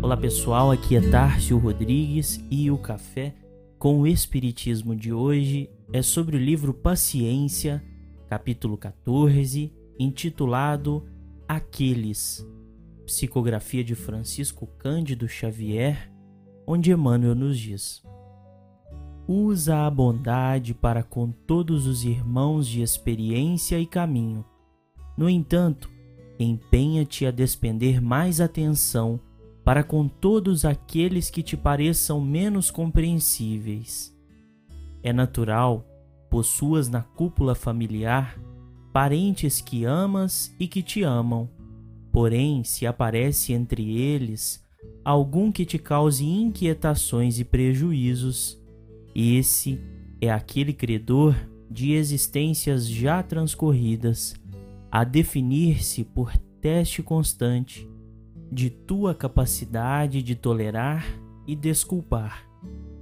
Olá pessoal, aqui é Tárcio Rodrigues e o Café com o Espiritismo de hoje é sobre o livro Paciência, capítulo 14, intitulado Aqueles, psicografia de Francisco Cândido Xavier, onde Emmanuel nos diz: usa a bondade para com todos os irmãos de experiência e caminho. No entanto, empenha-te a despender mais atenção para com todos aqueles que te pareçam menos compreensíveis. É natural, possuas na cúpula familiar parentes que amas e que te amam, porém, se aparece entre eles algum que te cause inquietações e prejuízos, esse é aquele credor de existências já transcorridas, a definir-se por teste constante de tua capacidade de tolerar e desculpar.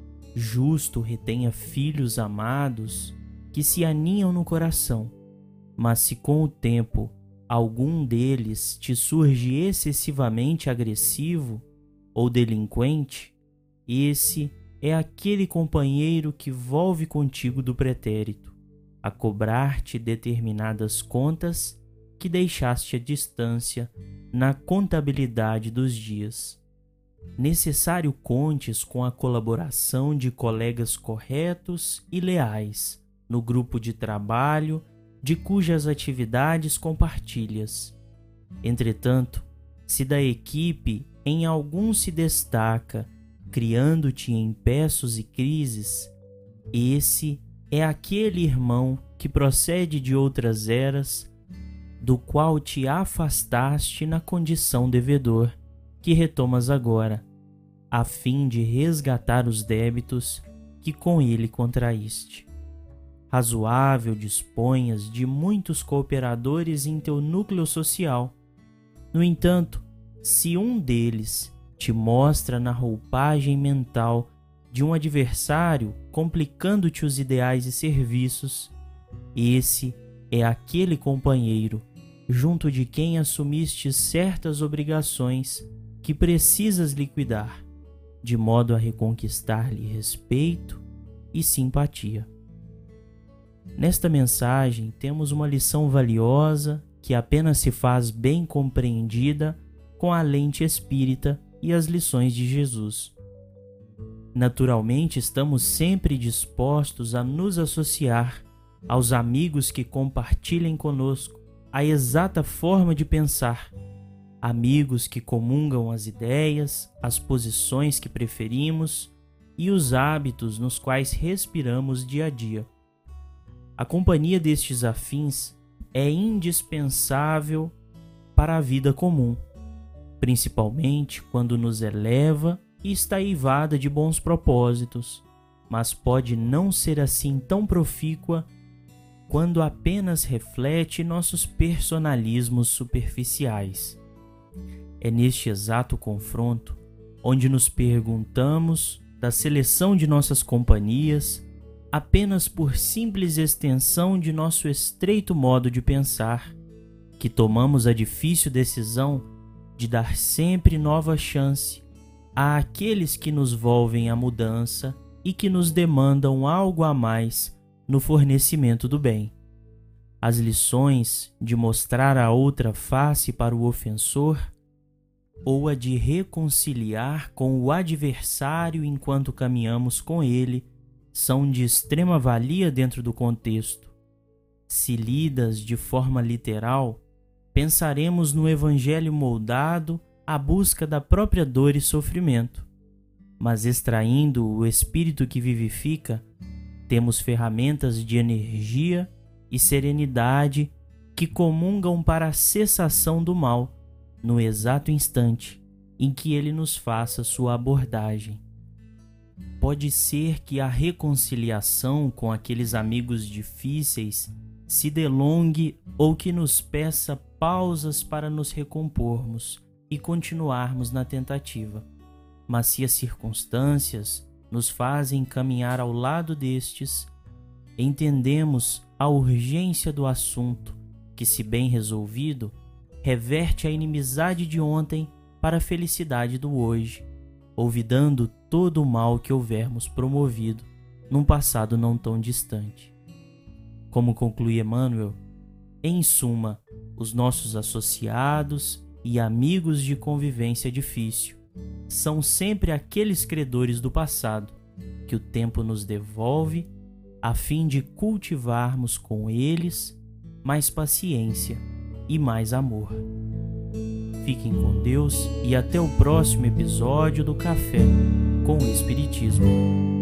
Justo retenha filhos amados que se aninham no coração, mas se com o tempo algum deles te surge excessivamente agressivo ou delinquente, esse é aquele companheiro que volve contigo do pretérito, a cobrar-te determinadas contas que deixaste à distância na contabilidade dos dias. Necessário contes com a colaboração de colegas corretos e leais no grupo de trabalho de cujas atividades compartilhas. Entretanto, se da equipe em algum se destaca, criando-te em peços e crises, esse é aquele irmão que procede de outras eras, do qual te afastaste na condição devedor, que retomas agora, a fim de resgatar os débitos que com ele contraíste. Razoável disponhas de muitos cooperadores em teu núcleo social. No entanto, se um deles te mostra na roupagem mental de um adversário, complicando-te os ideais e serviços, esse é aquele companheiro junto de quem assumiste certas obrigações que precisas liquidar, de modo a reconquistar-lhe respeito e simpatia. Nesta mensagem temos uma lição valiosa que apenas se faz bem compreendida com a lente espírita e as lições de Jesus. Naturalmente, estamos sempre dispostos a nos associar aos amigos que compartilhem conosco a exata forma de pensar, amigos que comungam as ideias, as posições que preferimos e os hábitos nos quais respiramos dia a dia. A companhia destes afins é indispensável para a vida comum, principalmente quando nos eleva e está eivada de bons propósitos, mas pode não ser assim tão profícua quando apenas reflete nossos personalismos superficiais. É neste exato confronto onde nos perguntamos da seleção de nossas companhias apenas por simples extensão de nosso estreito modo de pensar, que tomamos a difícil decisão de dar sempre nova chance àqueles que nos volvem à mudança e que nos demandam algo a mais no fornecimento do bem. As lições de mostrar a outra face para o ofensor ou a de reconciliar com o adversário enquanto caminhamos com ele são de extrema valia dentro do contexto. Se lidas de forma literal, pensaremos no Evangelho moldado à busca da própria dor e sofrimento, mas extraindo o espírito que vivifica, temos ferramentas de energia e serenidade que comungam para a cessação do mal no exato instante em que ele nos faça sua abordagem. Pode ser que a reconciliação com aqueles amigos difíceis se delongue ou que nos peça pausas para nos recompormos e continuarmos na tentativa. Mas se as circunstâncias nos fazem caminhar ao lado destes, entendemos a urgência do assunto, que, se bem resolvido, reverte a inimizade de ontem para a felicidade do hoje, olvidando todo o mal que houvermos promovido num passado não tão distante. Como conclui Emmanuel, em suma, os nossos associados e amigos de convivência difícil são sempre aqueles credores do passado que o tempo nos devolve a fim de cultivarmos com eles mais paciência e mais amor. Fiquem com Deus e até o próximo episódio do Café com o Espiritismo.